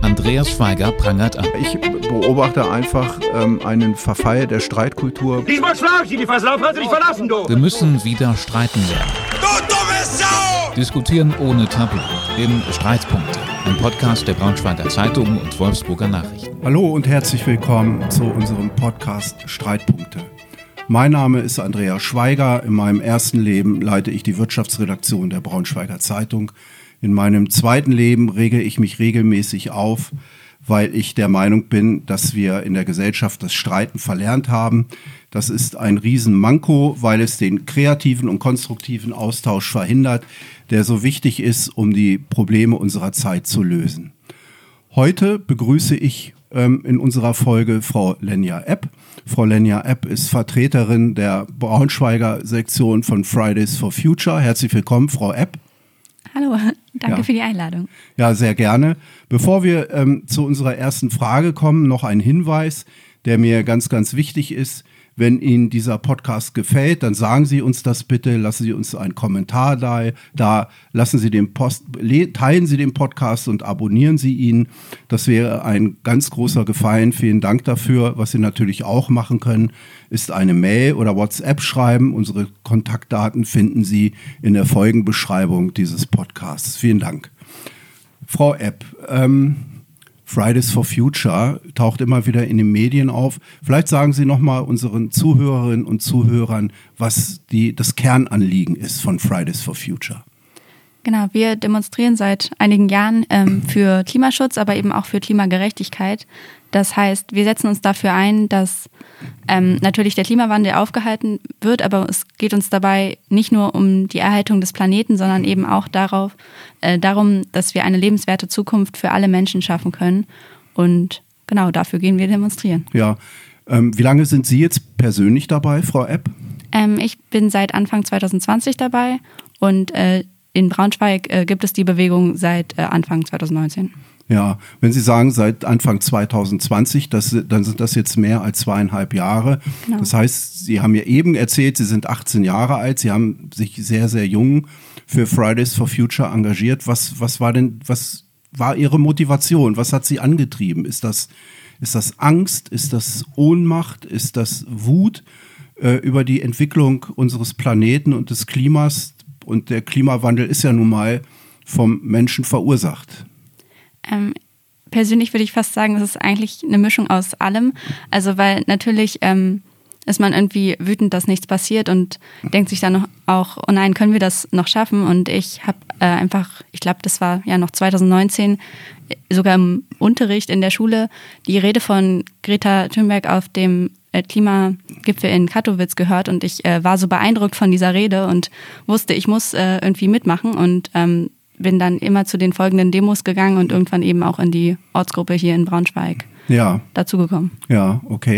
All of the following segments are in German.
Andreas Schweiger prangert an. Ich beobachte einfach einen Verfall der Streitkultur. Diesmal schlag ich die Verlauf, hast du dich verlassen, du! Wir müssen wieder streiten lernen. Du dumme Sau! Diskutieren ohne Tabu. Im Streitpunkte. Ein Podcast der Braunschweiger Zeitung und Wolfsburger Nachrichten. Hallo und herzlich willkommen zu unserem Podcast Streitpunkte. Mein Name ist Andreas Schweiger. In meinem ersten Leben leite ich die Wirtschaftsredaktion der Braunschweiger Zeitung. In meinem zweiten Leben rege ich mich regelmäßig auf, weil ich der Meinung bin, dass wir in der Gesellschaft das Streiten verlernt haben. Das ist ein Riesenmanko, weil es den kreativen und konstruktiven Austausch verhindert, der so wichtig ist, um die Probleme unserer Zeit zu lösen. Heute begrüße ich in unserer Folge Frau Lenja Epp. Frau Lenja Epp ist Vertreterin der Braunschweiger Sektion von Fridays for Future. Herzlich willkommen, Frau Epp. Hallo, danke für die Einladung. Ja, sehr gerne. Bevor wir zu unserer ersten Frage kommen, noch ein Hinweis, der mir ganz, ganz wichtig ist. Wenn Ihnen dieser Podcast gefällt, dann sagen Sie uns das bitte, lassen Sie uns einen Kommentar da, lassen Sie teilen Sie den Podcast und abonnieren Sie ihn. Das wäre ein ganz großer Gefallen. Vielen Dank dafür. Was Sie natürlich auch machen können, ist eine Mail oder WhatsApp schreiben. Unsere Kontaktdaten finden Sie in der Folgenbeschreibung dieses Podcasts. Vielen Dank. Frau Epp, Fridays for Future taucht immer wieder in den Medien auf. Vielleicht sagen Sie nochmal unseren Zuhörerinnen und Zuhörern, was das Kernanliegen ist von Fridays for Future. Genau, wir demonstrieren seit einigen Jahren für Klimaschutz, aber eben auch für Klimagerechtigkeit. Das heißt, wir setzen uns dafür ein, dass natürlich der Klimawandel aufgehalten wird, aber es geht uns dabei nicht nur um die Erhaltung des Planeten, sondern eben auch darum, dass wir eine lebenswerte Zukunft für alle Menschen schaffen können. Und genau, dafür gehen wir demonstrieren. Ja, wie lange sind Sie jetzt persönlich dabei, Frau Epp? Ich bin seit Anfang 2020 dabei und in Braunschweig gibt es die Bewegung seit Anfang 2019. Ja, wenn Sie sagen seit Anfang 2020, dann sind das jetzt mehr als 2,5 Jahre. Genau. Das heißt, Sie haben mir eben erzählt, Sie sind 18 Jahre alt, Sie haben sich sehr, sehr jung für Fridays for Future engagiert. Was war Ihre Motivation? Was hat Sie angetrieben? Ist das Angst? Ist das Ohnmacht? Ist das Wut über die Entwicklung unseres Planeten und des Klimas? Und der Klimawandel ist ja nun mal vom Menschen verursacht. Persönlich würde ich fast sagen, das ist eigentlich eine Mischung aus allem. Also weil natürlich ist man irgendwie wütend, dass nichts passiert und denkt sich dann auch, oh nein, können wir das noch schaffen? Und ich habe ich glaube, das war ja noch 2019, sogar im Unterricht in der Schule, die Rede von Greta Thunberg auf dem Klimagipfel in Katowice gehört und ich war so beeindruckt von dieser Rede und wusste, ich muss irgendwie mitmachen und bin dann immer zu den folgenden Demos gegangen und irgendwann eben auch in die Ortsgruppe hier in Braunschweig dazugekommen. Ja, okay.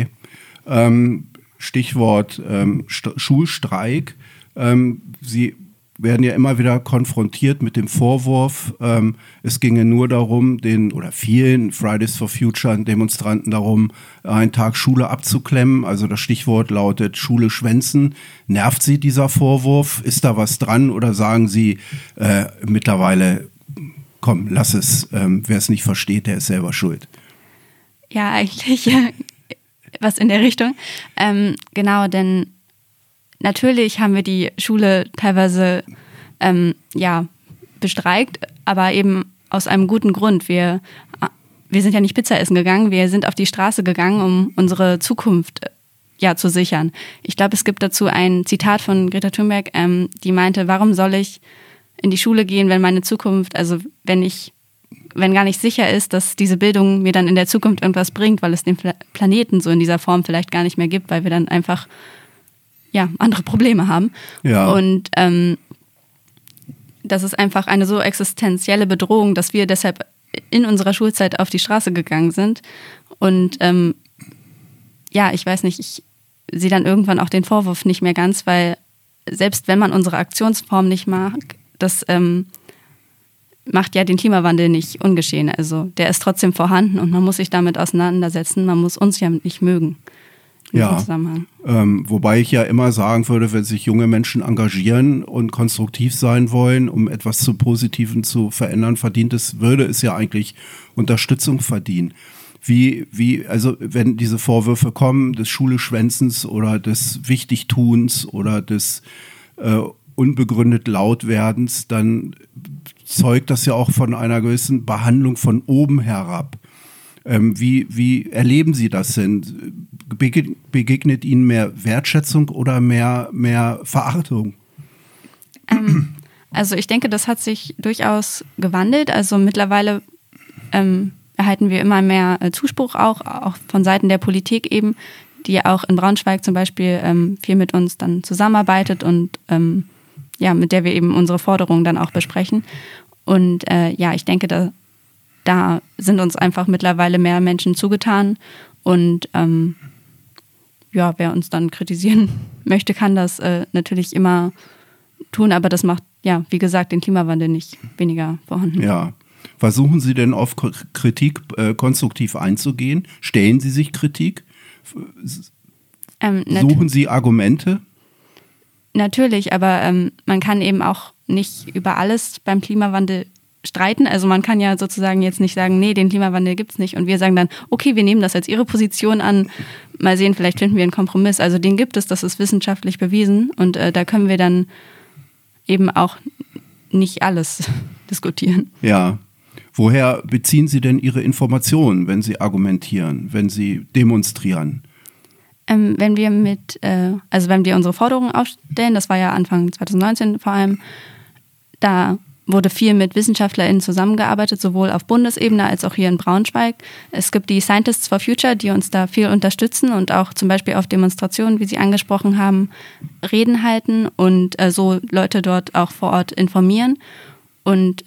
Stichwort Schulstreik. Sie werden ja immer wieder konfrontiert mit dem Vorwurf, es ginge nur darum, vielen Fridays for Future Demonstranten darum, einen Tag Schule abzuklemmen. Also das Stichwort lautet Schule schwänzen. Nervt Sie dieser Vorwurf? Ist da was dran? Oder sagen Sie mittlerweile, komm, lass es, wer es nicht versteht, der ist selber schuld? Ja, eigentlich was in der Richtung. Genau, denn natürlich haben wir die Schule teilweise bestreikt, aber eben aus einem guten Grund. Wir sind ja nicht Pizza essen gegangen, wir sind auf die Straße gegangen, um unsere Zukunft zu sichern. Ich glaube, es gibt dazu ein Zitat von Greta Thunberg, die meinte, warum soll ich in die Schule gehen, wenn meine Zukunft, also wenn gar nicht sicher ist, dass diese Bildung mir dann in der Zukunft irgendwas bringt, weil es den Planeten so in dieser Form vielleicht gar nicht mehr gibt, weil wir dann einfach andere Probleme haben. Ja. Und das ist einfach eine so existenzielle Bedrohung, dass wir deshalb in unserer Schulzeit auf die Straße gegangen sind. Und ich weiß nicht, ich sehe dann irgendwann auch den Vorwurf nicht mehr ganz, weil selbst wenn man unsere Aktionsform nicht mag, das macht ja den Klimawandel nicht ungeschehen. Also der ist trotzdem vorhanden und man muss sich damit auseinandersetzen. Man muss uns ja nicht mögen. in Ja. diesem Zusammenhang. Wobei ich ja immer sagen würde, wenn sich junge Menschen engagieren und konstruktiv sein wollen, um etwas zu Positiven zu verändern, würde es ja eigentlich Unterstützung verdienen. Also wenn diese Vorwürfe kommen, des Schule-Schwänzens oder des Wichtigtuns oder des unbegründet Lautwerdens, dann zeugt das ja auch von einer gewissen Behandlung von oben herab. Wie erleben Sie das denn? Begegnet Ihnen mehr Wertschätzung oder mehr Verachtung? Also ich denke, das hat sich durchaus gewandelt. Also mittlerweile erhalten wir immer mehr Zuspruch auch von Seiten der Politik eben, die auch in Braunschweig zum Beispiel viel mit uns dann zusammenarbeitet und mit der wir eben unsere Forderungen dann auch besprechen. Und ich denke, da sind uns einfach mittlerweile mehr Menschen zugetan und wer uns dann kritisieren möchte, kann das natürlich immer tun, aber das macht, wie gesagt, den Klimawandel nicht weniger vorhanden. Ja. Versuchen Sie denn auf Kritik konstruktiv einzugehen? Stellen Sie sich Kritik? Suchen Sie Argumente? Natürlich, aber man kann eben auch nicht über alles beim Klimawandel streiten. Also man kann ja sozusagen jetzt nicht sagen, nee, den Klimawandel gibt es nicht. Und wir sagen dann, okay, wir nehmen das als Ihre Position an. Mal sehen, vielleicht finden wir einen Kompromiss. Also den gibt es, das ist wissenschaftlich bewiesen. Und da können wir dann eben auch nicht alles diskutieren. Ja. Woher beziehen Sie denn Ihre Informationen, wenn Sie argumentieren, wenn Sie demonstrieren? Wenn wir unsere Forderungen aufstellen, das war ja Anfang 2019 vor allem, da wurde viel mit WissenschaftlerInnen zusammengearbeitet, sowohl auf Bundesebene als auch hier in Braunschweig. Es gibt die Scientists for Future, die uns da viel unterstützen und auch zum Beispiel auf Demonstrationen, wie Sie angesprochen haben, Reden halten und so Leute dort auch vor Ort informieren. Und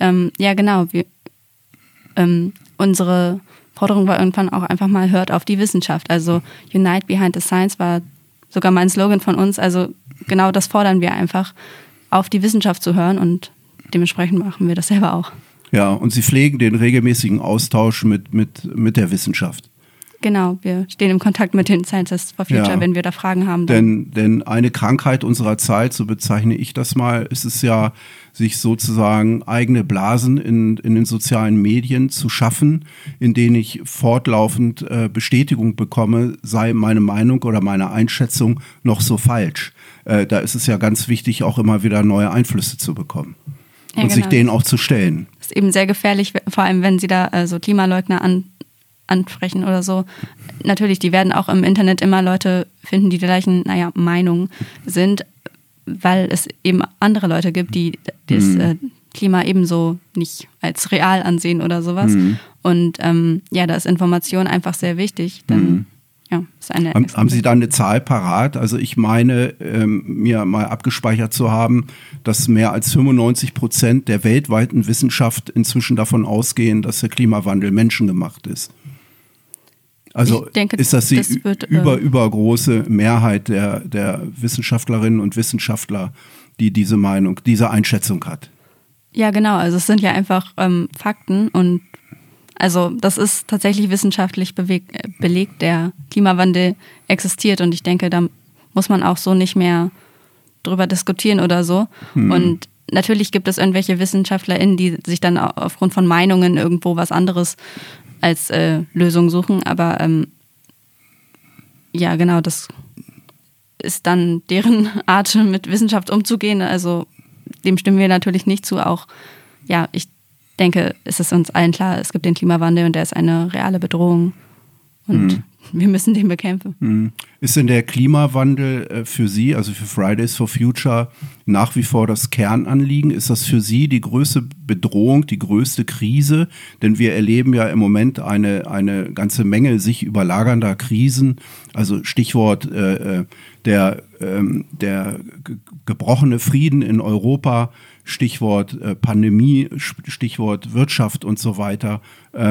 unsere Forderung war irgendwann auch einfach mal, hört auf die Wissenschaft. Also Unite Behind the Science war sogar mein Slogan von uns. Also genau das fordern wir einfach, auf die Wissenschaft zu hören und dementsprechend machen wir das selber auch. Ja, und Sie pflegen den regelmäßigen Austausch mit der Wissenschaft. Genau, wir stehen im Kontakt mit den Scientists for Future, wenn wir da Fragen haben. Denn eine Krankheit unserer Zeit, so bezeichne ich das mal, ist es ja, sich sozusagen eigene Blasen in den sozialen Medien zu schaffen, in denen ich fortlaufend Bestätigung bekomme, sei meine Meinung oder meine Einschätzung noch so falsch. Da ist es ja ganz wichtig, auch immer wieder neue Einflüsse zu bekommen. Ja, und sich denen auch zu stellen. Das ist eben sehr gefährlich, vor allem wenn Sie da so Klimaleugner ansprechen oder so. Natürlich, die werden auch im Internet immer Leute finden, die der gleichen, Meinung sind, weil es eben andere Leute gibt, die das Klima ebenso nicht als real ansehen oder sowas. Und da ist Information einfach sehr wichtig, denn ist eine haben Sie da eine Zahl parat? Also ich meine, mir mal abgespeichert zu haben, dass mehr als 95% der weltweiten Wissenschaft inzwischen davon ausgehen, dass der Klimawandel menschengemacht ist. Also ich denke, ist das die übergroße Mehrheit der Wissenschaftlerinnen und Wissenschaftler, die diese Einschätzung hat? Ja, genau. Also es sind ja einfach Fakten und also das ist tatsächlich wissenschaftlich belegt, der Klimawandel existiert und ich denke, da muss man auch so nicht mehr drüber diskutieren oder so. Und natürlich gibt es irgendwelche WissenschaftlerInnen, die sich dann aufgrund von Meinungen irgendwo was anderes als Lösung suchen, aber das ist dann deren Art, mit Wissenschaft umzugehen. Also dem stimmen wir natürlich nicht zu. Auch ich denke, es ist uns allen klar, es gibt den Klimawandel und der ist eine reale Bedrohung und wir müssen den bekämpfen. Ist denn der Klimawandel für Sie, also für Fridays for Future, nach wie vor das Kernanliegen? Ist das für Sie die größte Bedrohung, die größte Krise? Denn wir erleben ja im Moment eine ganze Menge sich überlagernder Krisen. Also Stichwort der gebrochene Frieden in Europa, Stichwort Pandemie, Stichwort Wirtschaft und so weiter.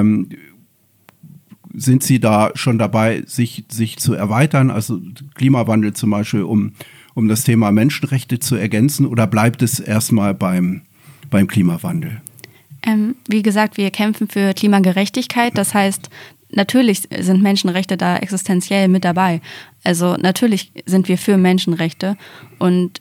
Sind Sie da schon dabei, sich zu erweitern, also Klimawandel zum Beispiel, um das Thema Menschenrechte zu ergänzen, oder bleibt es erstmal beim Klimawandel? Wie gesagt, wir kämpfen für Klimagerechtigkeit. Das heißt, natürlich sind Menschenrechte da existenziell mit dabei. Also natürlich sind wir für Menschenrechte und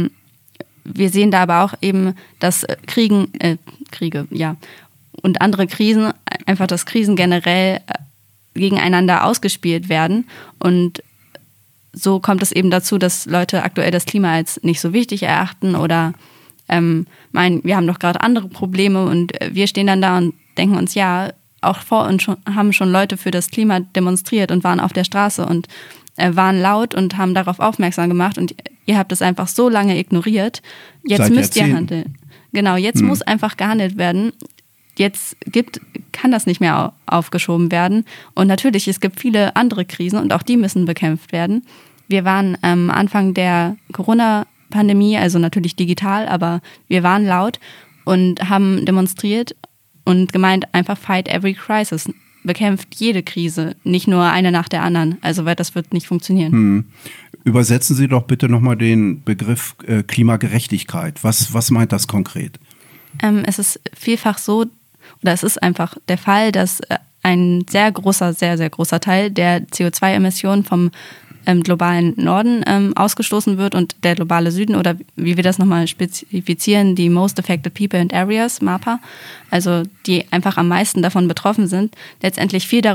wir sehen da aber auch eben, dass Kriege, ja, und andere Krisen, einfach dass Krisen generell gegeneinander ausgespielt werden und so kommt es eben dazu, dass Leute aktuell das Klima als nicht so wichtig erachten oder meinen, wir haben doch gerade andere Probleme und wir stehen dann da und denken uns, ja, auch vor uns haben schon Leute für das Klima demonstriert und waren auf der Straße und waren laut und haben darauf aufmerksam gemacht und ihr habt es einfach so lange ignoriert. Jetzt müsst ihr handeln. Genau, jetzt muss einfach gehandelt werden. Jetzt kann das nicht mehr aufgeschoben werden. Und natürlich, es gibt viele andere Krisen und auch die müssen bekämpft werden. Wir waren am Anfang der Corona-Pandemie, also natürlich digital, aber wir waren laut und haben demonstriert und gemeint, einfach fight every crisis. Bekämpft jede Krise, nicht nur eine nach der anderen. Also weil das wird nicht funktionieren. Übersetzen Sie doch bitte nochmal den Begriff Klimagerechtigkeit. Was meint das konkret? Es ist vielfach so, oder es ist einfach der Fall, dass ein sehr, sehr großer Teil der CO2-Emissionen vom globalen Norden ausgestoßen wird und der globale Süden oder wie wir das nochmal spezifizieren, die Most Affected People and Areas, MAPA, also die einfach am meisten davon betroffen sind, letztendlich viel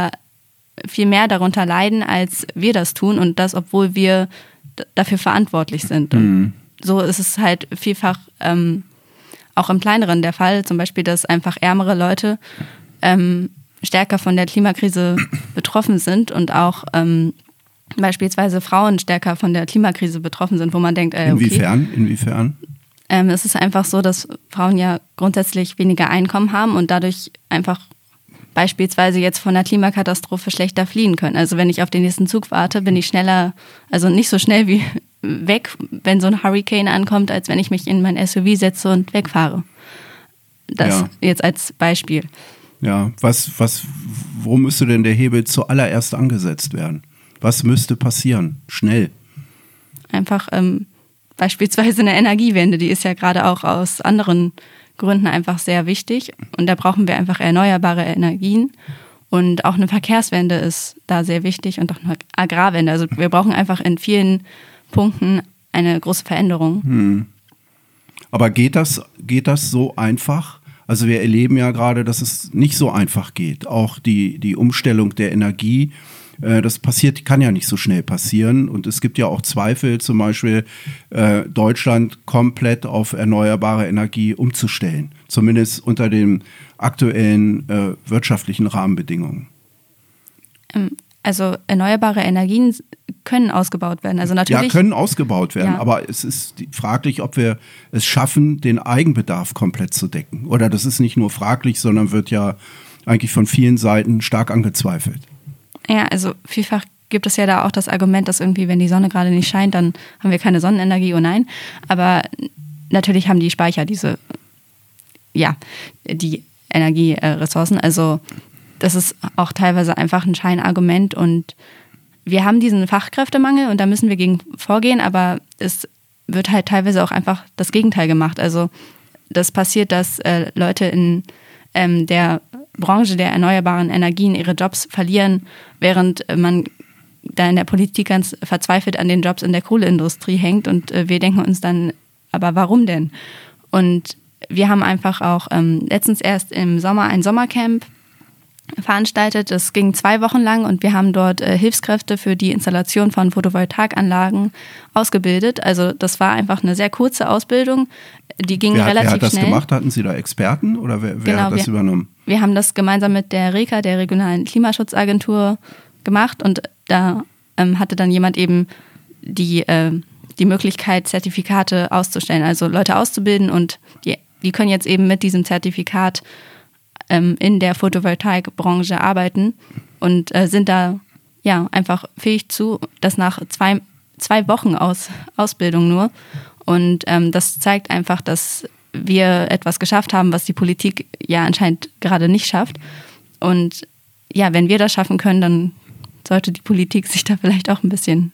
mehr darunter leiden, als wir das tun und das, obwohl wir dafür verantwortlich sind. Und so ist es halt vielfach auch im Kleineren der Fall, zum Beispiel, dass einfach ärmere Leute stärker von der Klimakrise betroffen sind und auch beispielsweise Frauen stärker von der Klimakrise betroffen sind, wo man denkt, okay. Inwiefern? Es ist einfach so, dass Frauen ja grundsätzlich weniger Einkommen haben und dadurch einfach beispielsweise jetzt von der Klimakatastrophe schlechter fliehen können. Also wenn ich auf den nächsten Zug warte, bin ich schneller, also nicht so schnell wie weg, wenn so ein Hurricane ankommt, als wenn ich mich in mein SUV setze und wegfahre. Das jetzt als Beispiel. Ja, wo müsste denn der Hebel zuallererst angesetzt werden? Was müsste passieren? Schnell. Einfach beispielsweise eine Energiewende, die ist ja gerade auch aus anderen Gründen einfach sehr wichtig. Und da brauchen wir einfach erneuerbare Energien. Und auch eine Verkehrswende ist da sehr wichtig und auch eine Agrarwende. Also wir brauchen einfach in vielen Punkten eine große Veränderung. Aber geht das so einfach? Also wir erleben ja gerade, dass es nicht so einfach geht. Auch die Umstellung der Energie, das kann ja nicht so schnell passieren. Und es gibt ja auch Zweifel, zum Beispiel Deutschland komplett auf erneuerbare Energie umzustellen. Zumindest unter den aktuellen wirtschaftlichen Rahmenbedingungen. Also erneuerbare Energien können ausgebaut werden. Also natürlich, ja, können ausgebaut werden, ja. Aber es ist fraglich, ob wir es schaffen, den Eigenbedarf komplett zu decken. Oder das ist nicht nur fraglich, sondern wird ja eigentlich von vielen Seiten stark angezweifelt. Ja, also vielfach gibt es ja da auch das Argument, dass irgendwie, wenn die Sonne gerade nicht scheint, dann haben wir keine Sonnenenergie. Oh nein. Aber natürlich haben die Speicher die Energieressourcen. Also das ist auch teilweise einfach ein Scheinargument und wir haben diesen Fachkräftemangel und da müssen wir gegen vorgehen, aber es wird halt teilweise auch einfach das Gegenteil gemacht. Also das passiert, dass Leute in der Branche der erneuerbaren Energien ihre Jobs verlieren, während man da in der Politik ganz verzweifelt an den Jobs in der Kohleindustrie hängt und wir denken uns dann, aber warum denn? Und wir haben einfach auch letztens erst im Sommer ein Sommercamp veranstaltet. Das ging 2 Wochen lang und wir haben dort Hilfskräfte für die Installation von Photovoltaikanlagen ausgebildet. Also das war einfach eine sehr kurze Ausbildung. Die ging relativ schnell. Wer hat das gemacht? Hatten Sie da Experten oder wer hat das übernommen? Wir haben das gemeinsam mit der REKA, der regionalen Klimaschutzagentur, gemacht und da hatte dann jemand eben die Möglichkeit, Zertifikate auszustellen, also Leute auszubilden und die können jetzt eben mit diesem Zertifikat in der Photovoltaikbranche arbeiten und sind da ja einfach fähig zu, das nach zwei Wochen Ausbildung nur. Und das zeigt einfach, dass wir etwas geschafft haben, was die Politik ja anscheinend gerade nicht schafft. Und ja, wenn wir das schaffen können, dann sollte die Politik sich da vielleicht auch ein bisschen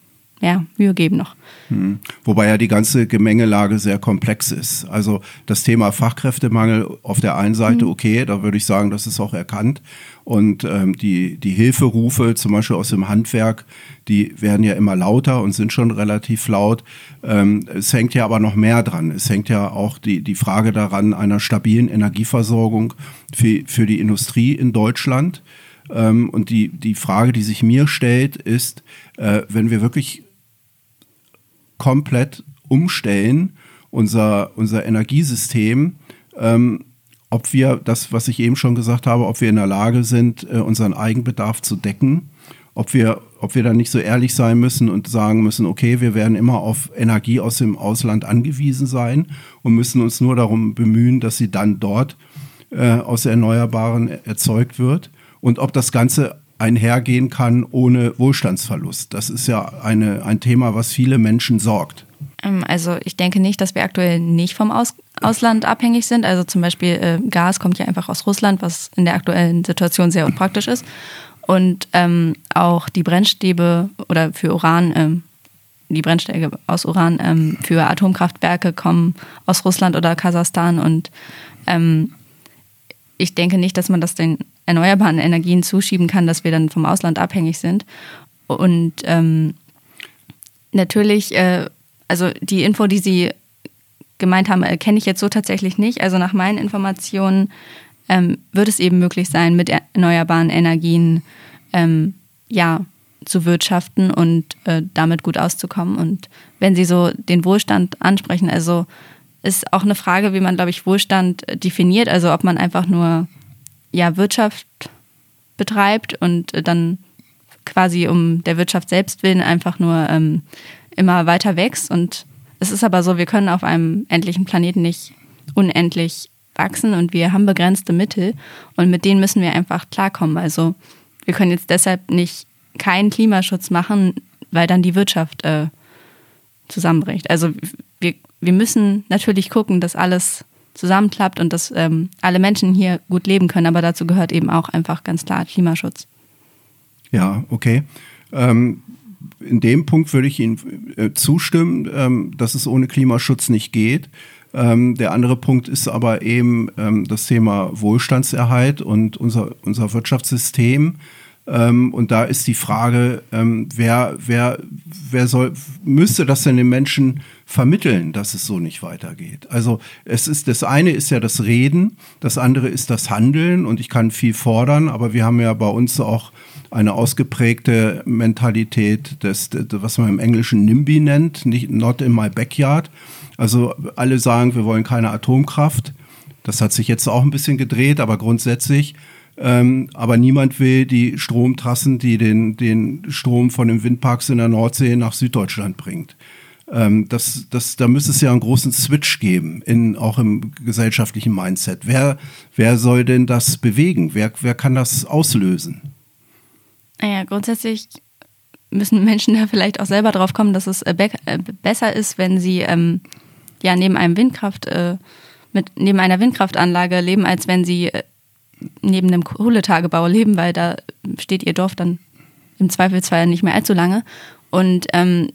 Mühe geben noch. Wobei ja die ganze Gemengelage sehr komplex ist. Also das Thema Fachkräftemangel auf der einen Seite, okay, da würde ich sagen, das ist auch erkannt. Und die Hilferufe, zum Beispiel aus dem Handwerk, die werden ja immer lauter und sind schon relativ laut. Es hängt ja aber noch mehr dran. Es hängt ja auch die Frage daran einer stabilen Energieversorgung für die Industrie in Deutschland. Und die Frage, die sich mir stellt, ist, wenn wir wirklich komplett umstellen, unser Energiesystem, ob wir das, was ich eben schon gesagt habe, ob wir in der Lage sind, unseren Eigenbedarf zu decken, ob wir dann nicht so ehrlich sein müssen und sagen müssen, okay, wir werden immer auf Energie aus dem Ausland angewiesen sein und müssen uns nur darum bemühen, dass sie dann dort aus Erneuerbaren erzeugt wird, und ob das Ganze einhergehen kann ohne Wohlstandsverlust. Das ist ja ein Thema, was viele Menschen sorgt. Also ich denke nicht, dass wir aktuell nicht vom Ausland abhängig sind. Also zum Beispiel Gas kommt ja einfach aus Russland, was in der aktuellen Situation sehr unpraktisch ist. Und auch die Brennstäbe oder für Uran, die Brennstäbe aus Uran für Atomkraftwerke kommen aus Russland oder Kasachstan. Und ich denke nicht, dass man das den erneuerbaren Energien zuschieben kann, dass wir dann vom Ausland abhängig sind. Und natürlich, also die Info, die Sie gemeint haben, kenne ich jetzt so tatsächlich nicht. Also nach meinen Informationen wird es eben möglich sein, mit erneuerbaren Energien zu wirtschaften und damit gut auszukommen. Und wenn Sie so den Wohlstand ansprechen, also ist auch eine Frage, wie man, glaube ich, Wohlstand definiert. Also ob man einfach nur Wirtschaft betreibt und dann quasi um der Wirtschaft selbst willen einfach nur immer weiter wächst. Und es ist aber so, wir können auf einem endlichen Planeten nicht unendlich wachsen und wir haben begrenzte Mittel und mit denen müssen wir einfach klarkommen. Also wir können jetzt deshalb nicht keinen Klimaschutz machen, weil dann die Wirtschaft zusammenbricht. Also wir müssen natürlich gucken, dass alles zusammenklappt und dass alle Menschen hier gut leben können, aber dazu gehört eben auch einfach ganz klar Klimaschutz. Ja, okay. In dem Punkt würde ich Ihnen zustimmen, dass es ohne Klimaschutz nicht geht. Der andere Punkt ist aber eben das Thema Wohlstandserhalt und unser Wirtschaftssystem. Und da ist die Frage, wer müsste das denn den Menschen vermitteln, dass es so nicht weitergeht? Also das eine ist ja das Reden, das andere ist das Handeln und ich kann viel fordern, aber wir haben ja bei uns auch eine ausgeprägte Mentalität, was man im Englischen NIMBY nennt, not in my backyard. Also alle sagen, wir wollen keine Atomkraft. Das hat sich jetzt auch ein bisschen gedreht, aber grundsätzlich. Aber niemand will die Stromtrassen, die den Strom von den Windparks in der Nordsee nach Süddeutschland bringt. Da müsste es ja einen großen Switch geben, auch im gesellschaftlichen Mindset. Wer soll denn das bewegen? Wer kann das auslösen? Naja, grundsätzlich müssen Menschen da vielleicht auch selber drauf kommen, dass es besser ist, wenn sie neben einer Windkraftanlage leben, als wenn sie neben einem Kohletagebau leben, weil da steht ihr Dorf dann im Zweifelsfall nicht mehr allzu lange. Und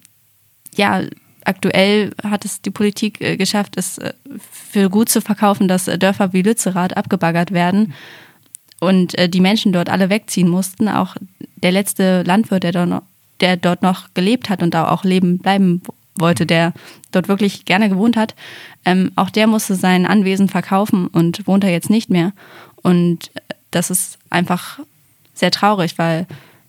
aktuell hat es die Politik geschafft, es für gut zu verkaufen, dass Dörfer wie Lützerath abgebaggert werden und die Menschen dort alle wegziehen mussten. Auch der letzte Landwirt, der dort noch gelebt hat und da auch bleiben wollte, der dort wirklich gerne gewohnt hat, auch der musste sein Anwesen verkaufen und wohnt da jetzt nicht mehr. Und das ist einfach sehr traurig, weil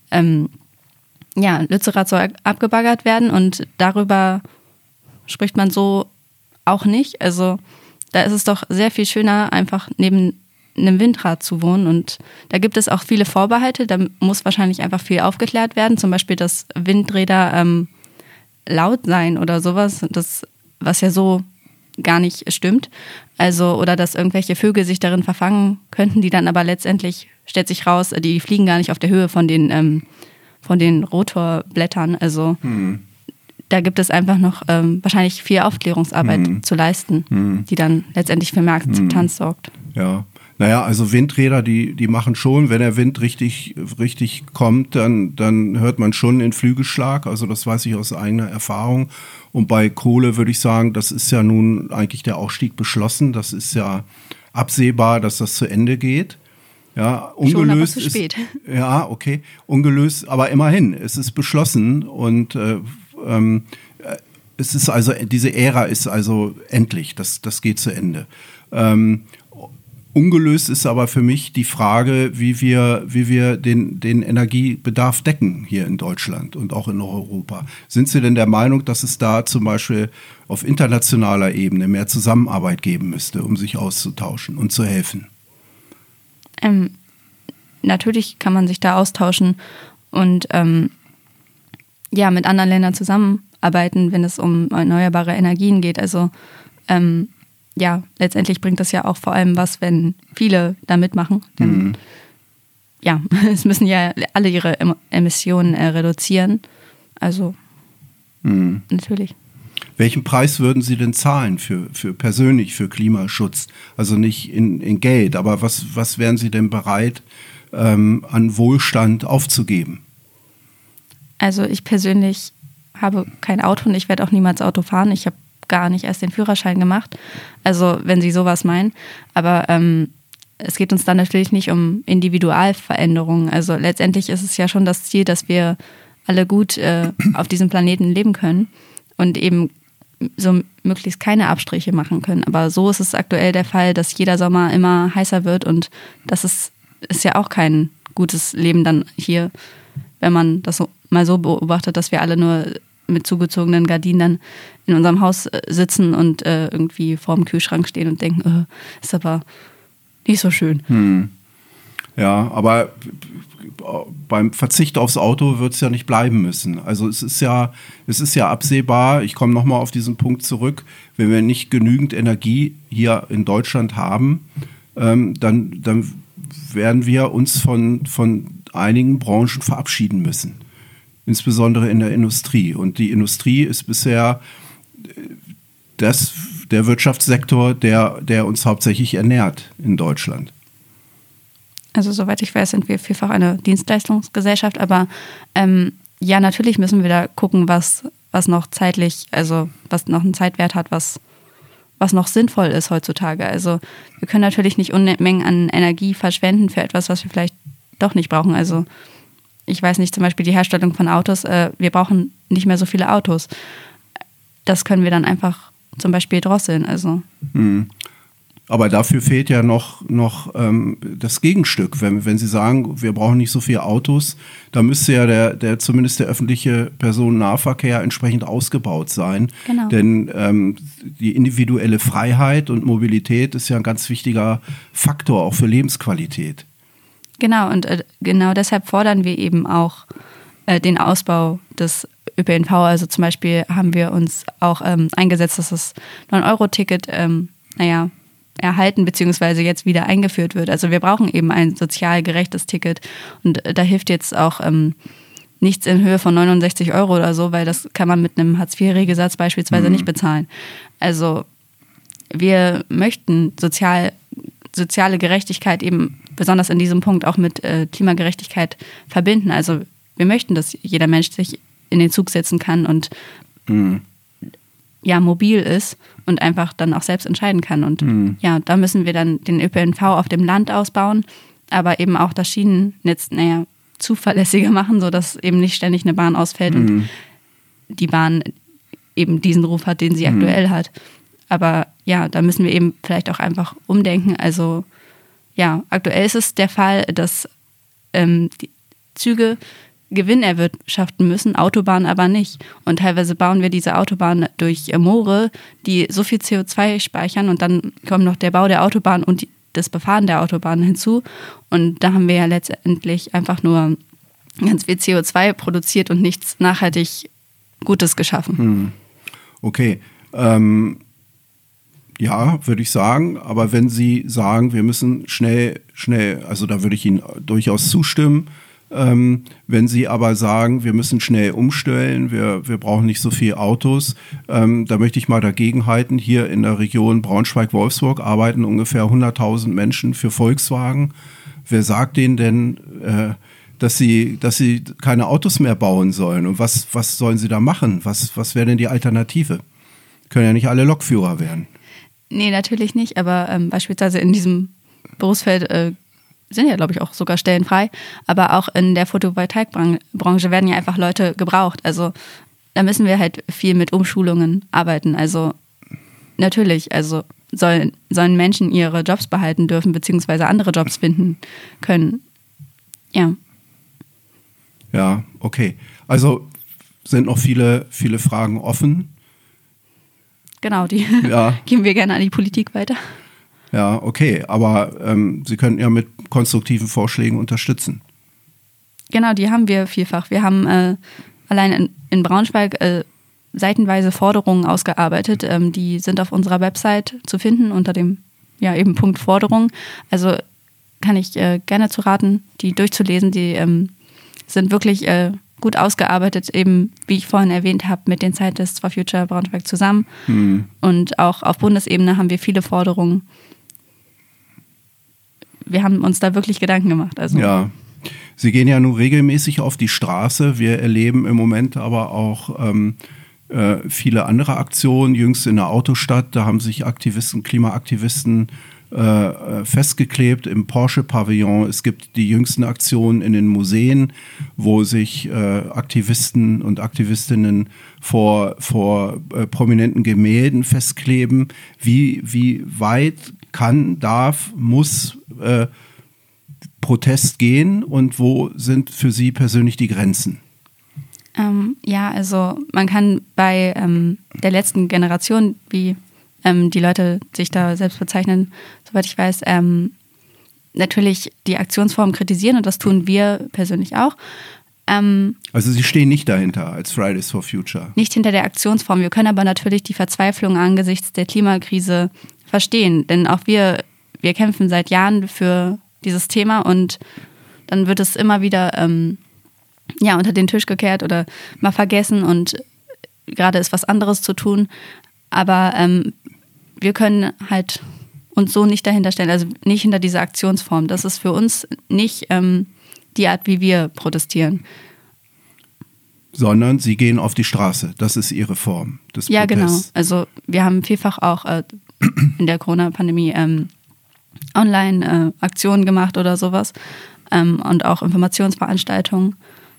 Lützerath soll abgebaggert werden und darüber spricht man so auch nicht. Also da ist es doch sehr viel schöner, einfach neben einem Windrad zu wohnen. Und da gibt es auch viele Vorbehalte. Da muss wahrscheinlich einfach viel aufgeklärt werden. Zum Beispiel, dass Windräder laut sein oder sowas, was ja so gar nicht stimmt. Also, oder dass irgendwelche Vögel sich darin verfangen könnten, die dann aber letztendlich, stellt sich raus, die fliegen gar nicht auf der Höhe von den Rotorblättern. Also da gibt es einfach noch wahrscheinlich viel Aufklärungsarbeit zu leisten, die dann letztendlich für mehr Akzeptanz sorgt. Ja, Naja, also Windräder, die machen schon, wenn der Wind richtig kommt, dann hört man schon den Flügelschlag. Also das weiß ich aus eigener Erfahrung. Und bei Kohle würde ich sagen, das ist ja nun eigentlich der Ausstieg beschlossen. Das ist ja absehbar, dass das zu Ende geht. Ja, ungelöst schon, aber zu spät. Ja, okay, ungelöst, aber immerhin, es ist beschlossen und es ist also, diese Ära ist also endlich, das geht zu Ende. Ungelöst ist aber für mich die Frage, wie wir den Energiebedarf decken hier in Deutschland und auch in Europa. Sind Sie denn der Meinung, dass es da zum Beispiel auf internationaler Ebene mehr Zusammenarbeit geben müsste, um sich auszutauschen und zu helfen? Natürlich kann man sich da austauschen und mit anderen Ländern zusammenarbeiten, wenn es um erneuerbare Energien geht. Also letztendlich bringt das ja auch vor allem was, wenn viele da mitmachen. Denn es müssen ja alle ihre Emissionen reduzieren. Also natürlich. Welchen Preis würden Sie denn zahlen für persönlich für Klimaschutz? Also nicht in Geld, aber was wären Sie denn bereit, an Wohlstand aufzugeben? Also ich persönlich habe kein Auto und ich werde auch niemals Auto fahren. Ich habe gar nicht erst den Führerschein gemacht. Also wenn Sie sowas meinen. Aber es geht uns dann natürlich nicht um Individualveränderungen. Also letztendlich ist es ja schon das Ziel, dass wir alle gut auf diesem Planeten leben können und eben so möglichst keine Abstriche machen können. Aber so ist es aktuell der Fall, dass jeder Sommer immer heißer wird und das ist ja auch kein gutes Leben dann hier, wenn man das mal so beobachtet, dass wir alle nur mit zugezogenen Gardinen dann in unserem Haus sitzen und irgendwie vorm Kühlschrank stehen und denken, ist aber nicht so schön. Ja, aber beim Verzicht aufs Auto wird es ja nicht bleiben müssen. Also es ist ja absehbar, ich komme nochmal auf diesen Punkt zurück, wenn wir nicht genügend Energie hier in Deutschland haben, dann werden wir uns von einigen Branchen verabschieden müssen. Insbesondere in der Industrie. Und die Industrie ist bisher der Wirtschaftssektor, der uns hauptsächlich ernährt in Deutschland. Also soweit ich weiß, sind wir vielfach eine Dienstleistungsgesellschaft, aber natürlich müssen wir da gucken, was noch zeitlich, also was noch einen Zeitwert hat, was noch sinnvoll ist heutzutage. Also wir können natürlich nicht Unmengen an Energie verschwenden für etwas, was wir vielleicht doch nicht brauchen. Also ich weiß nicht, zum Beispiel die Herstellung von Autos, wir brauchen nicht mehr so viele Autos. Das können wir dann einfach zum Beispiel drosseln. Also. Aber dafür fehlt ja noch das Gegenstück. Wenn Sie sagen, wir brauchen nicht so viele Autos, dann müsste ja zumindest der öffentliche Personennahverkehr entsprechend ausgebaut sein. Genau. Denn die individuelle Freiheit und Mobilität ist ja ein ganz wichtiger Faktor auch für Lebensqualität. Genau, und genau deshalb fordern wir eben auch den Ausbau des ÖPNV. Also zum Beispiel haben wir uns auch eingesetzt, dass das 9-Euro-Ticket erhalten bzw. jetzt wieder eingeführt wird. Also wir brauchen eben ein sozial gerechtes Ticket und da hilft jetzt auch nichts in Höhe von 69 Euro oder so, weil das kann man mit einem Hartz-IV-Regelsatz beispielsweise nicht bezahlen. Also wir möchten soziale Gerechtigkeit eben besonders in diesem Punkt auch mit Klimagerechtigkeit verbinden. Also wir möchten, dass jeder Mensch sich in den Zug setzen kann und mobil ist und einfach dann auch selbst entscheiden kann. Und da müssen wir dann den ÖPNV auf dem Land ausbauen, aber eben auch das Schienennetz zuverlässiger machen, sodass eben nicht ständig eine Bahn ausfällt und die Bahn eben diesen Ruf hat, den sie aktuell hat. Aber da müssen wir eben vielleicht auch einfach umdenken. Also aktuell ist es der Fall, dass die Züge Gewinn erwirtschaften müssen, Autobahnen aber nicht. Und teilweise bauen wir diese Autobahnen durch Moore, die so viel CO2 speichern und dann kommt noch der Bau der Autobahn und das Befahren der Autobahn hinzu. Und da haben wir ja letztendlich einfach nur ganz viel CO2 produziert und nichts nachhaltig Gutes geschaffen. Okay. Ja, würde ich sagen. Aber wenn Sie sagen, wir müssen schnell, also da würde ich Ihnen durchaus zustimmen, Wenn Sie aber sagen, wir müssen schnell umstellen, wir brauchen nicht so viele Autos, da möchte ich mal dagegenhalten. Hier in der Region Braunschweig-Wolfsburg arbeiten ungefähr 100.000 Menschen für Volkswagen. Wer sagt denen denn, dass sie keine Autos mehr bauen sollen? Und was sollen sie da machen? Was wäre denn die Alternative? Können ja nicht alle Lokführer werden. Nee, natürlich nicht, aber beispielsweise in diesem Berufsfeld sind ja, glaube ich, auch sogar Stellen frei, aber auch in der Photovoltaikbranche werden ja einfach Leute gebraucht. Also da müssen wir halt viel mit Umschulungen arbeiten. Also natürlich, also sollen Menschen ihre Jobs behalten dürfen, beziehungsweise andere Jobs finden können. Ja. Ja, okay. Also sind noch viele, viele Fragen offen. Genau, die geben wir gerne an die Politik weiter. Ja, okay, aber Sie könnten ja mit konstruktiven Vorschlägen unterstützen. Genau, die haben wir vielfach. Wir haben allein in Braunschweig seitenweise Forderungen ausgearbeitet. Die sind auf unserer Website zu finden unter dem eben Punkt Forderung. Also kann ich gerne zu raten, die durchzulesen. Die sind wirklich gut ausgearbeitet, eben wie ich vorhin erwähnt habe, mit den Scientists for Future Braunschweig zusammen. Und auch auf Bundesebene haben wir viele Forderungen. Wir haben uns da wirklich Gedanken gemacht. Also. Ja, Sie gehen ja nun regelmäßig auf die Straße. Wir erleben im Moment aber auch viele andere Aktionen. Jüngst in der Autostadt, da haben sich Klimaaktivisten festgeklebt im Porsche-Pavillon. Es gibt die jüngsten Aktionen in den Museen, wo sich Aktivisten und Aktivistinnen vor prominenten Gemälden festkleben. Wie weit muss Protest gehen und wo sind für Sie persönlich die Grenzen? Also man kann bei der letzten Generation, wie die Leute sich da selbst bezeichnen, soweit ich weiß, natürlich die Aktionsform kritisieren und das tun wir persönlich auch. Also Sie stehen nicht dahinter als Fridays for Future? Nicht hinter der Aktionsform. Wir können aber natürlich die Verzweiflung angesichts der Klimakrise verstehen, denn auch wir kämpfen seit Jahren für dieses Thema und dann wird es immer wieder unter den Tisch gekehrt oder mal vergessen und gerade ist was anderes zu tun. Aber wir können halt uns so nicht dahinter stellen, also nicht hinter dieser Aktionsform. Das ist für uns nicht die Art, wie wir protestieren. Sondern Sie gehen auf die Straße. Das ist Ihre Form des Protests. Ja, genau. Also wir haben vielfach auch in der Corona-Pandemie Online-Aktionen gemacht oder sowas und auch Informationsveranstaltungen.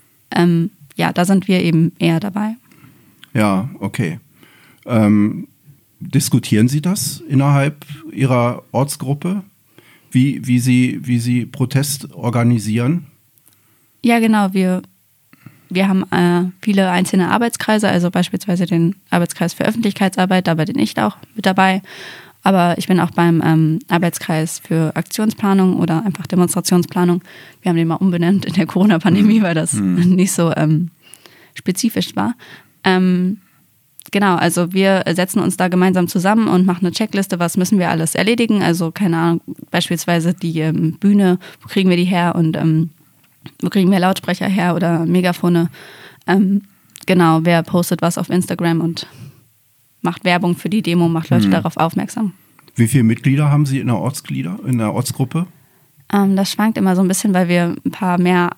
Da sind wir eben eher dabei. Ja, okay. Diskutieren Sie das innerhalb Ihrer Ortsgruppe? Wie Sie Protest organisieren? Ja, genau. Wir haben viele einzelne Arbeitskreise, also beispielsweise den Arbeitskreis für Öffentlichkeitsarbeit, da bin ich auch mit dabei. Aber ich bin auch beim Arbeitskreis für Aktionsplanung oder einfach Demonstrationsplanung. Wir haben den mal umbenannt in der Corona-Pandemie, weil das nicht so spezifisch war. Genau, also wir setzen uns da gemeinsam zusammen und machen eine Checkliste, was müssen wir alles erledigen. Also keine Ahnung, beispielsweise die Bühne, wo kriegen wir die her und wo kriegen wir Lautsprecher her oder Megafone. Genau, wer postet was auf Instagram und macht Werbung für die Demo, macht Leute darauf aufmerksam. Wie viele Mitglieder haben Sie in der Ortsgruppe? Das schwankt immer so ein bisschen, weil wir ein paar mehr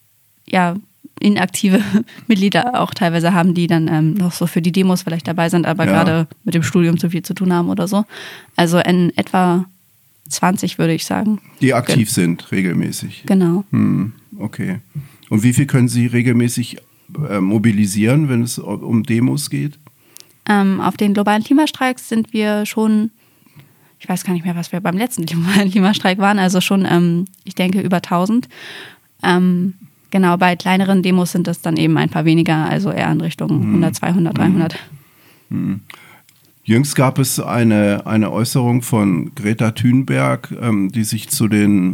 inaktive Mitglieder auch teilweise haben, die dann noch so für die Demos vielleicht dabei sind, aber gerade mit dem Studium zu viel zu tun haben oder so. Also in etwa 20, würde ich sagen. Die aktiv sind, regelmäßig. Genau. Okay. Und wie viel können Sie regelmäßig mobilisieren, wenn es um Demos geht? Auf den globalen Klimastreiks sind wir schon, ich weiß gar nicht mehr, was wir beim letzten globalen Klimastreik waren, also schon, ich denke, über 1000. Genau, bei kleineren Demos sind das dann eben ein paar weniger, also eher in Richtung 100, 200, 300. Jüngst gab es eine Äußerung von Greta Thunberg, die sich zu den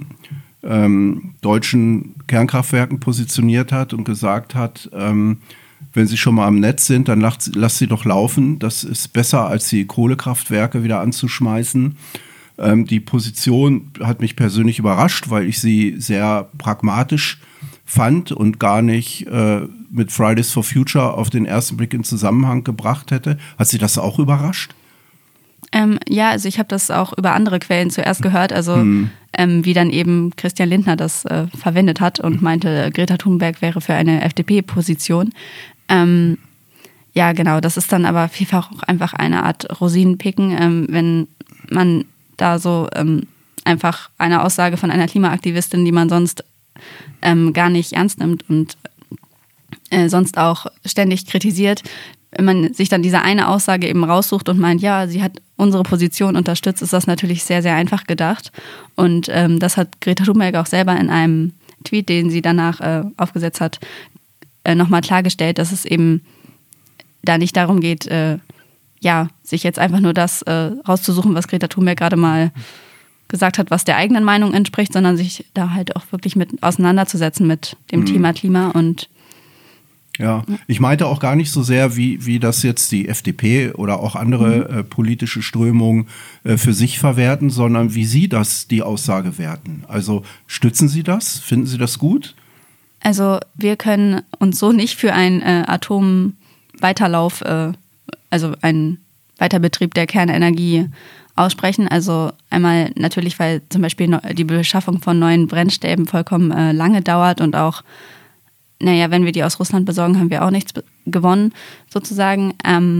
deutschen Kernkraftwerken positioniert hat und gesagt hat, wenn sie schon mal am Netz sind, dann lasst sie doch laufen. Das ist besser, als die Kohlekraftwerke wieder anzuschmeißen. Die Position hat mich persönlich überrascht, weil ich sie sehr pragmatisch fand und gar nicht mit Fridays for Future auf den ersten Blick in Zusammenhang gebracht hätte. Hat Sie das auch überrascht? Ja, also ich habe das auch über andere Quellen zuerst gehört, also wie dann eben Christian Lindner das verwendet hat und meinte, Greta Thunberg wäre für eine FDP-Position. Ja, genau, das ist dann aber vielfach auch einfach eine Art Rosinenpicken, wenn man da so einfach eine Aussage von einer Klimaaktivistin, die man sonst gar nicht ernst nimmt und sonst auch ständig kritisiert, wenn man sich dann diese eine Aussage eben raussucht und meint, ja, sie hat unsere Position unterstützt, ist das natürlich sehr, sehr einfach gedacht. Und das hat Greta Thunberg auch selber in einem Tweet, den sie danach aufgesetzt hat, nochmal klargestellt, dass es eben da nicht darum geht, sich jetzt einfach nur das rauszusuchen, was Greta Thunberg gerade mal gesagt hat, was der eigenen Meinung entspricht, sondern sich da halt auch wirklich mit auseinanderzusetzen mit dem Thema Klima und ja, ich meinte auch gar nicht so sehr, wie das jetzt die FDP oder auch andere politische Strömungen für sich verwerten, sondern wie Sie die Aussage werten. Also stützen Sie das? Finden Sie das gut? Also wir können uns so nicht für einen Atomweiterlauf, also einen Weiterbetrieb der Kernenergie aussprechen. Also einmal natürlich, weil zum Beispiel die Beschaffung von neuen Brennstäben vollkommen lange dauert und auch wenn wir die aus Russland besorgen, haben wir auch nichts gewonnen, sozusagen.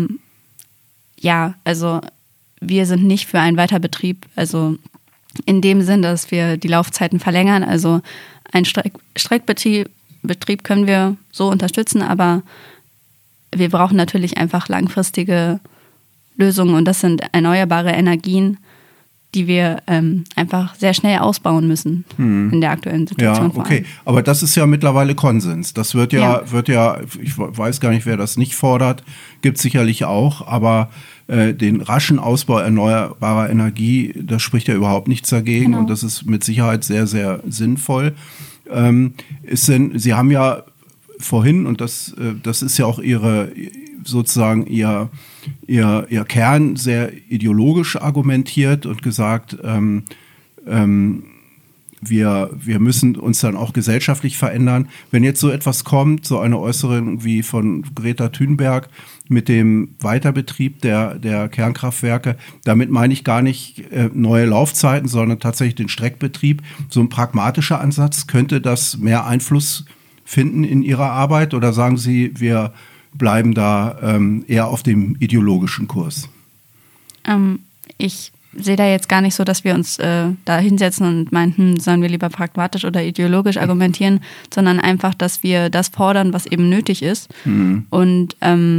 Also wir sind nicht für einen Weiterbetrieb, also in dem Sinn, dass wir die Laufzeiten verlängern. Also einen Streckbetrieb können wir so unterstützen, aber wir brauchen natürlich einfach langfristige Lösungen und das sind erneuerbare Energien, die wir einfach sehr schnell ausbauen müssen in der aktuellen Situation. Ja, okay. Aber das ist ja mittlerweile Konsens. Das wird ja, ich weiß gar nicht, wer das nicht fordert, gibt es sicherlich auch, aber den raschen Ausbau erneuerbarer Energie, das spricht ja überhaupt nichts dagegen und das ist mit Sicherheit sehr, sehr sinnvoll. Sie haben ja vorhin, und das ist ja auch Ihr Kern sehr ideologisch argumentiert und gesagt, wir müssen uns dann auch gesellschaftlich verändern. Wenn jetzt so etwas kommt, so eine Äußerung wie von Greta Thunberg mit dem Weiterbetrieb der Kernkraftwerke, damit meine ich gar nicht neue Laufzeiten, sondern tatsächlich den Streckbetrieb. So ein pragmatischer Ansatz, könnte das mehr Einfluss finden in Ihrer Arbeit oder sagen Sie, wir bleiben da eher auf dem ideologischen Kurs? Ich sehe da jetzt gar nicht so, dass wir uns da hinsetzen und meinen, sollen wir lieber pragmatisch oder ideologisch argumentieren, sondern einfach, dass wir das fordern, was eben nötig ist. Und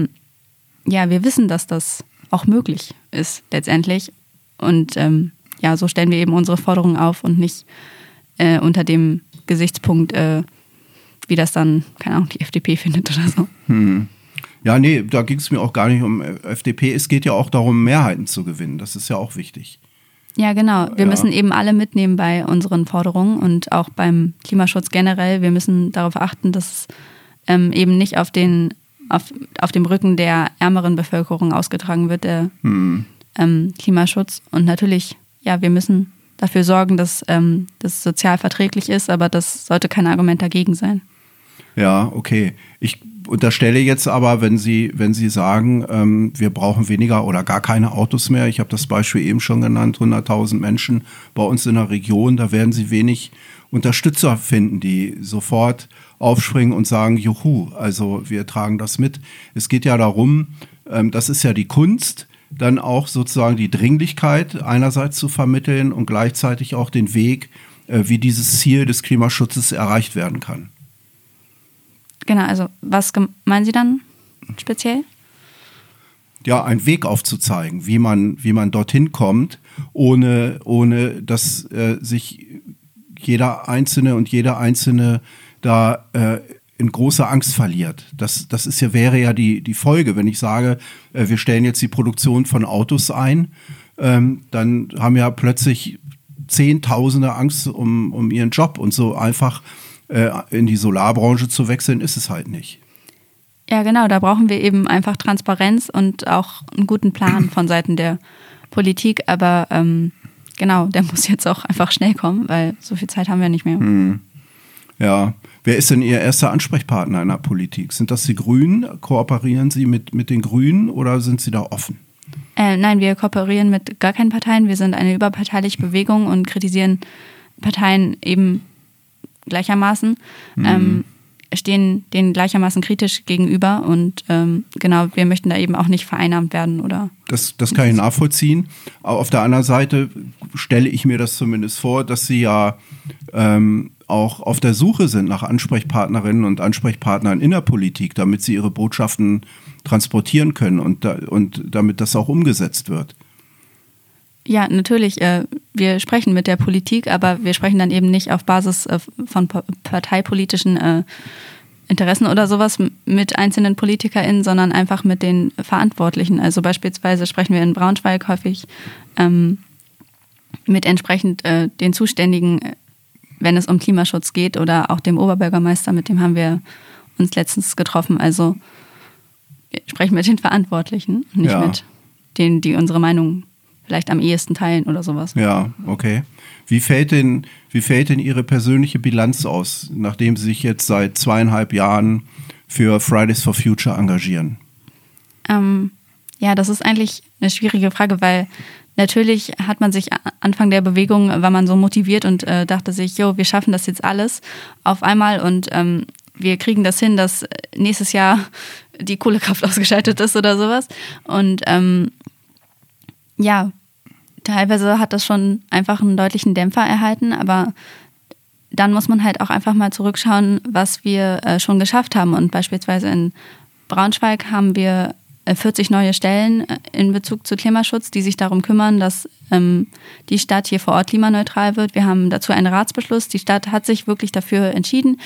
wir wissen, dass das auch möglich ist letztendlich. Und so stellen wir eben unsere Forderungen auf und nicht unter dem Gesichtspunkt, wie das dann, keine Ahnung, die FDP findet oder so. Ja, nee, da ging es mir auch gar nicht um FDP. Es geht ja auch darum, Mehrheiten zu gewinnen. Das ist ja auch wichtig. Ja, genau. Wir müssen eben alle mitnehmen bei unseren Forderungen und auch beim Klimaschutz generell. Wir müssen darauf achten, dass es eben nicht auf dem Rücken der ärmeren Bevölkerung ausgetragen wird, der Klimaschutz. Und natürlich, wir müssen dafür sorgen, dass das sozial verträglich ist, aber das sollte kein Argument dagegen sein. Ja, okay. Ich unterstelle jetzt aber, wenn Sie sagen, wir brauchen weniger oder gar keine Autos mehr, ich habe das Beispiel eben schon genannt, 100.000 Menschen bei uns in der Region, da werden Sie wenig Unterstützer finden, die sofort aufspringen und sagen, juhu, also wir tragen das mit. Es geht ja darum, das ist ja die Kunst, dann auch sozusagen die Dringlichkeit einerseits zu vermitteln und gleichzeitig auch den Weg, wie dieses Ziel des Klimaschutzes erreicht werden kann. Genau, also was meinen Sie dann speziell? Ja, einen Weg aufzuzeigen, wie man dorthin kommt, ohne dass sich jeder Einzelne und jede Einzelne da in großer Angst verliert. Das wäre ja die Folge, wenn ich sage, wir stellen jetzt die Produktion von Autos ein, dann haben ja plötzlich Zehntausende Angst um ihren Job und so einfach in die Solarbranche zu wechseln, ist es halt nicht. Ja, genau, da brauchen wir eben einfach Transparenz und auch einen guten Plan von Seiten der Politik, aber genau, der muss jetzt auch einfach schnell kommen, weil so viel Zeit haben wir nicht mehr. Ja, Wer ist denn Ihr erster Ansprechpartner in der Politik? Sind das die Grünen? Kooperieren Sie mit den Grünen oder sind Sie da offen? Nein, wir kooperieren mit gar keinen Parteien. Wir sind eine überparteiliche Bewegung und kritisieren Parteien eben gleichermaßen, stehen denen gleichermaßen kritisch gegenüber und genau, wir möchten da eben auch nicht vereinnahmt werden. Oder das kann ich nachvollziehen. Aber auf der anderen Seite stelle ich mir das zumindest vor, dass Sie ja auch auf der Suche sind nach Ansprechpartnerinnen und Ansprechpartnern in der Politik, damit sie ihre Botschaften transportieren können und damit das auch umgesetzt wird. Ja, natürlich. Wir sprechen mit der Politik, aber wir sprechen dann eben nicht auf Basis von parteipolitischen Interessen oder sowas mit einzelnen PolitikerInnen, sondern einfach mit den Verantwortlichen. Also beispielsweise sprechen wir in Braunschweig häufig mit entsprechend den Zuständigen, wenn es um Klimaschutz geht, oder auch dem Oberbürgermeister, mit dem haben wir uns letztens getroffen. Also wir sprechen mit den Verantwortlichen, nicht mit denen, die unsere Meinung vielleicht am ehesten teilen oder sowas. Ja, okay. Wie fällt denn Ihre persönliche Bilanz aus, nachdem Sie sich jetzt seit 2,5 Jahren für Fridays for Future engagieren? Ja, das ist eigentlich eine schwierige Frage, weil natürlich hat man sich Anfang der Bewegung, war man so motiviert und dachte sich, wir schaffen das jetzt alles auf einmal und wir kriegen das hin, dass nächstes Jahr die Kohlekraft ausgeschaltet ist oder sowas. Und teilweise hat das schon einfach einen deutlichen Dämpfer erhalten, aber dann muss man halt auch einfach mal zurückschauen, was wir schon geschafft haben. Und beispielsweise in Braunschweig haben wir 40 neue Stellen in Bezug zu Klimaschutz, die sich darum kümmern, dass die Stadt hier vor Ort klimaneutral wird. Wir haben dazu einen Ratsbeschluss. Die Stadt hat sich wirklich dafür entschieden,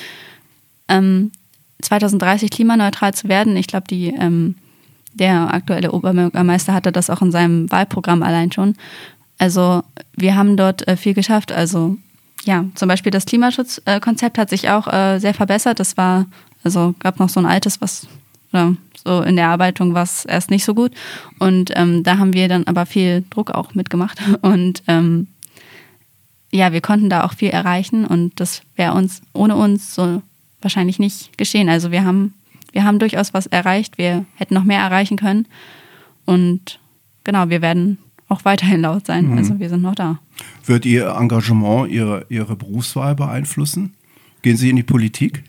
2030 klimaneutral zu werden. Ich glaube, der aktuelle Oberbürgermeister hatte das auch in seinem Wahlprogramm allein schon. Also wir haben dort viel geschafft. Also ja, zum Beispiel das Klimaschutzkonzept hat sich auch sehr verbessert. Gab noch so ein altes, so in der Erarbeitung war es erst nicht so gut. Und da haben wir dann aber viel Druck auch mitgemacht. Und wir konnten da auch viel erreichen und das wäre ohne uns so wahrscheinlich nicht geschehen. Also wir haben durchaus was erreicht, wir hätten noch mehr erreichen können und genau, wir werden auch weiterhin laut sein, also wir sind noch da. Wird Ihr Engagement Ihre Berufswahl beeinflussen? Gehen Sie in die Politik?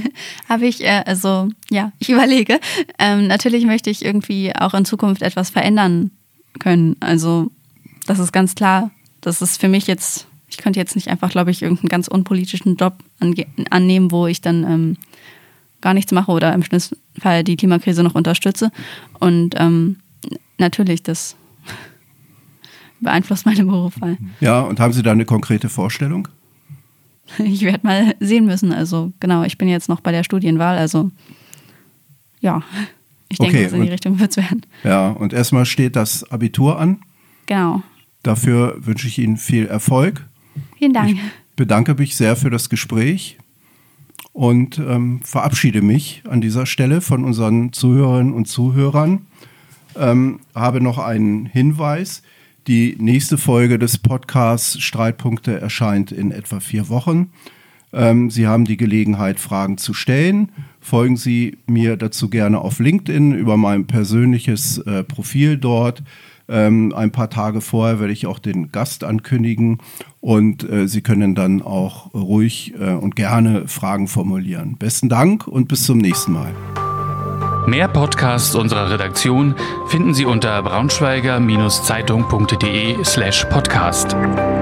Ich überlege. Natürlich möchte ich irgendwie auch in Zukunft etwas verändern können, also das ist ganz klar, das ist für mich jetzt, ich könnte jetzt nicht einfach, glaube ich, irgendeinen ganz unpolitischen Job annehmen, wo ich dann gar nichts mache oder im schlimmsten Fall die Klimakrise noch unterstütze. Und natürlich, das beeinflusst meine Berufswahl. Ja, und haben Sie da eine konkrete Vorstellung? Ich werde mal sehen müssen. Also genau, ich bin jetzt noch bei der Studienwahl. Also ja, ich denke, in die Richtung wird es werden. Ja, und erstmal steht das Abitur an. Genau. Dafür wünsche ich Ihnen viel Erfolg. Vielen Dank. Ich bedanke mich sehr für das Gespräch und verabschiede mich an dieser Stelle von unseren Zuhörerinnen und Zuhörern. Habe noch einen Hinweis. Die nächste Folge des Podcasts Streitpunkte erscheint in etwa 4 Wochen. Sie haben die Gelegenheit, Fragen zu stellen. Folgen Sie mir dazu gerne auf LinkedIn über mein persönliches Profil dort. Ein paar Tage vorher werde ich auch den Gast ankündigen und Sie können dann auch ruhig und gerne Fragen formulieren. Besten Dank und bis zum nächsten Mal. Mehr Podcasts unserer Redaktion finden Sie unter braunschweiger-zeitung.de/podcast.